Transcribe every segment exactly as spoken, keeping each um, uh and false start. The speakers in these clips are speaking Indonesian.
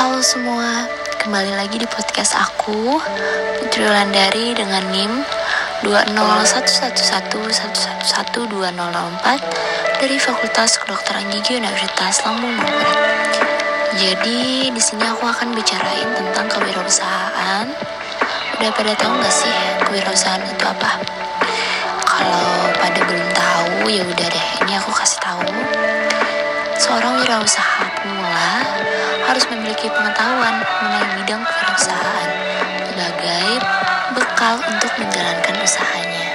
Halo semua, kembali lagi di podcast aku, Putri Wulandari dengan N I M dua nol satu satu satu satu satu satu dua nol nol empat dari Fakultas Kedokteran Gigi Universitas Lambung Mangkurat. Jadi di sini aku akan bicarain tentang kewirausahaan. Udah pada tahu nggak sih kewirausahaan itu apa? Kalau pada belum tahu, ya udah deh, ini aku kasih tahu. Seorang wirausaha pemula harus memiliki pengetahuan mengenai bidang kewirausahaan sebagai bekal untuk menjalankan usahanya.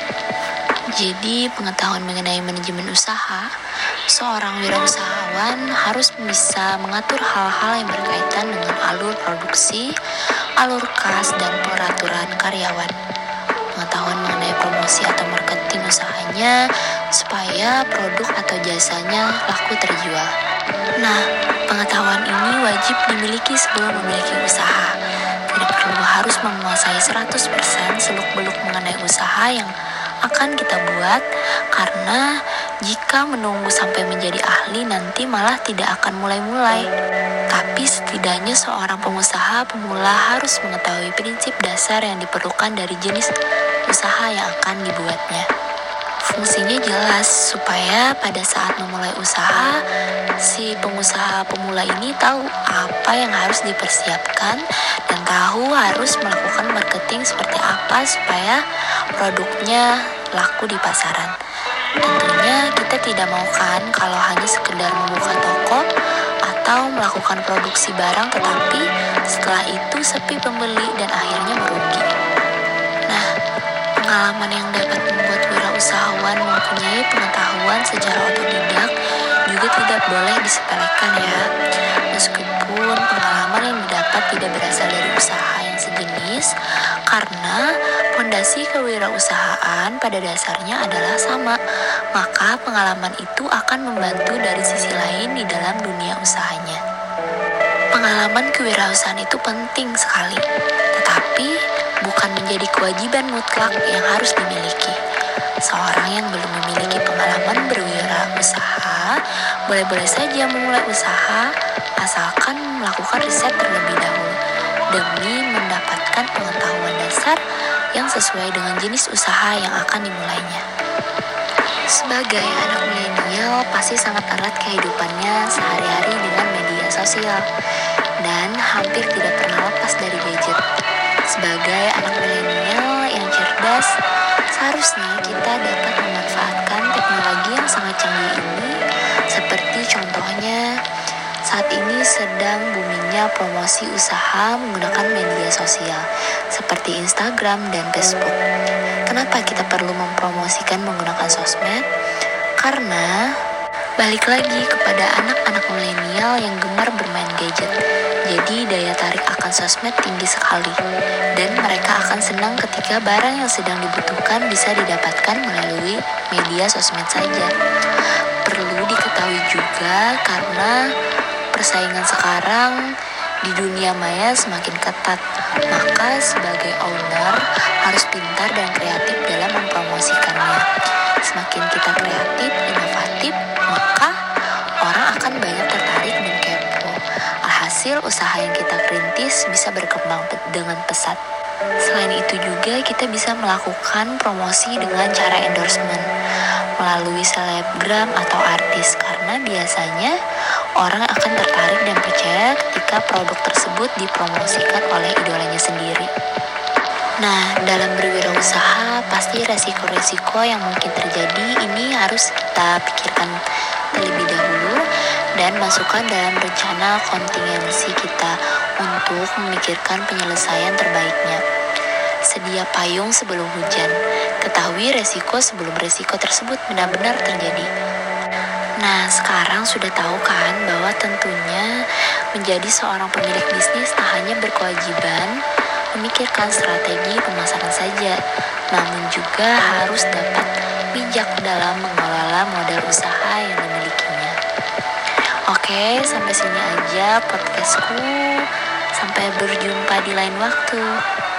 Jadi, pengetahuan mengenai manajemen usaha, seorang wirausahawan harus bisa mengatur hal-hal yang berkaitan dengan alur produksi, alur kas, dan peraturan karyawan. Pengetahuan mengenai promosi atau marketing usahanya supaya produk atau jasanya laku terjual. Nah, pengetahuan ini wajib dimiliki sebelum memiliki usaha. Tidak perlu harus menguasai seratus persen seluk-beluk mengenai usaha yang akan kita buat, karena jika menunggu sampai menjadi ahli nanti malah tidak akan mulai-mulai. Tapi setidaknya seorang pengusaha pemula harus mengetahui prinsip dasar yang diperlukan dari jenis usaha yang akan dibuatnya. Fungsinya jelas supaya pada saat memulai usaha, si pengusaha pemula ini tahu apa yang harus dipersiapkan dan tahu harus melakukan marketing seperti apa supaya produknya laku di pasaran. Tentunya kita tidak mau kan kalau hanya sekedar membuka toko atau melakukan produksi barang tetapi setelah itu sepi pembeli dan akhirnya merugi. Nah, pengalaman yang dapat membuat wirausahawan mempunyai pengetahuan secara otodidak juga tidak boleh disepelekan ya. Meskipun pengalaman yang didapat tidak berasal dari usaha yang sejenis, karena fondasi kewirausahaan pada dasarnya adalah sama, maka pengalaman itu akan membantu dari sisi lain di dalam dunia usahanya. Pengalaman kewirausahaan itu penting sekali, tetapi bukan menjadi kewajiban mutlak yang harus dimiliki. Seorang yang belum memiliki pengalaman berwirausaha boleh-boleh saja memulai usaha asalkan melakukan riset terlebih dahulu demi mendapatkan pengetahuan dasar yang sesuai dengan jenis usaha yang akan dimulainya. Sebagai anak milenial pasti sangat erat kehidupannya sehari-hari dengan media sosial dan hampir tidak pernah lepas dari gadget. Sebagai anak milenial yang cerdas, seharusnya kita dapat memanfaatkan teknologi yang sangat canggih ini, seperti contohnya saat ini sedang boomingnya promosi usaha menggunakan media sosial seperti Instagram dan Facebook. Kenapa kita perlu mempromosikan menggunakan sosmed? Karena balik lagi kepada anak-anak milenial yang gemar bermain gadget. Jadi daya tarik akan sosmed tinggi sekali, dan mereka akan senang ketika barang yang sedang dibutuhkan bisa didapatkan melalui media sosmed saja. Perlu diketahui juga karena persaingan sekarang di dunia maya semakin ketat, maka sebagai owner harus pintar dan kreatif dalam mempromosikannya. Semakin kita kreatif, inovatif, maka orang akan banyak tertarik dan kepo. Alhasil usaha yang kita rintis bisa berkembang dengan pesat. Selain itu juga kita bisa melakukan promosi dengan cara endorsement melalui selebgram atau artis, karena biasanya orang akan tertarik dan percaya ketika produk tersebut dipromosikan oleh idolanya sendiri. Nah, dalam berwirausaha pasti resiko-resiko yang mungkin terjadi ini harus kita pikirkan terlebih dahulu dan masukkan dalam rencana kontingensi kita untuk memikirkan penyelesaian terbaiknya. Sedia payung sebelum hujan. Ketahui resiko sebelum resiko tersebut benar-benar terjadi. Nah, sekarang sudah tahu kan bahwa tentunya menjadi seorang pemilik bisnis tak hanya berkewajiban memikirkan strategi pemasaran saja, namun juga harus dapat bijak dalam mengelola modal usaha yang dimilikinya. Oke, sampai sini aja podcastku. Sampai berjumpa di lain waktu.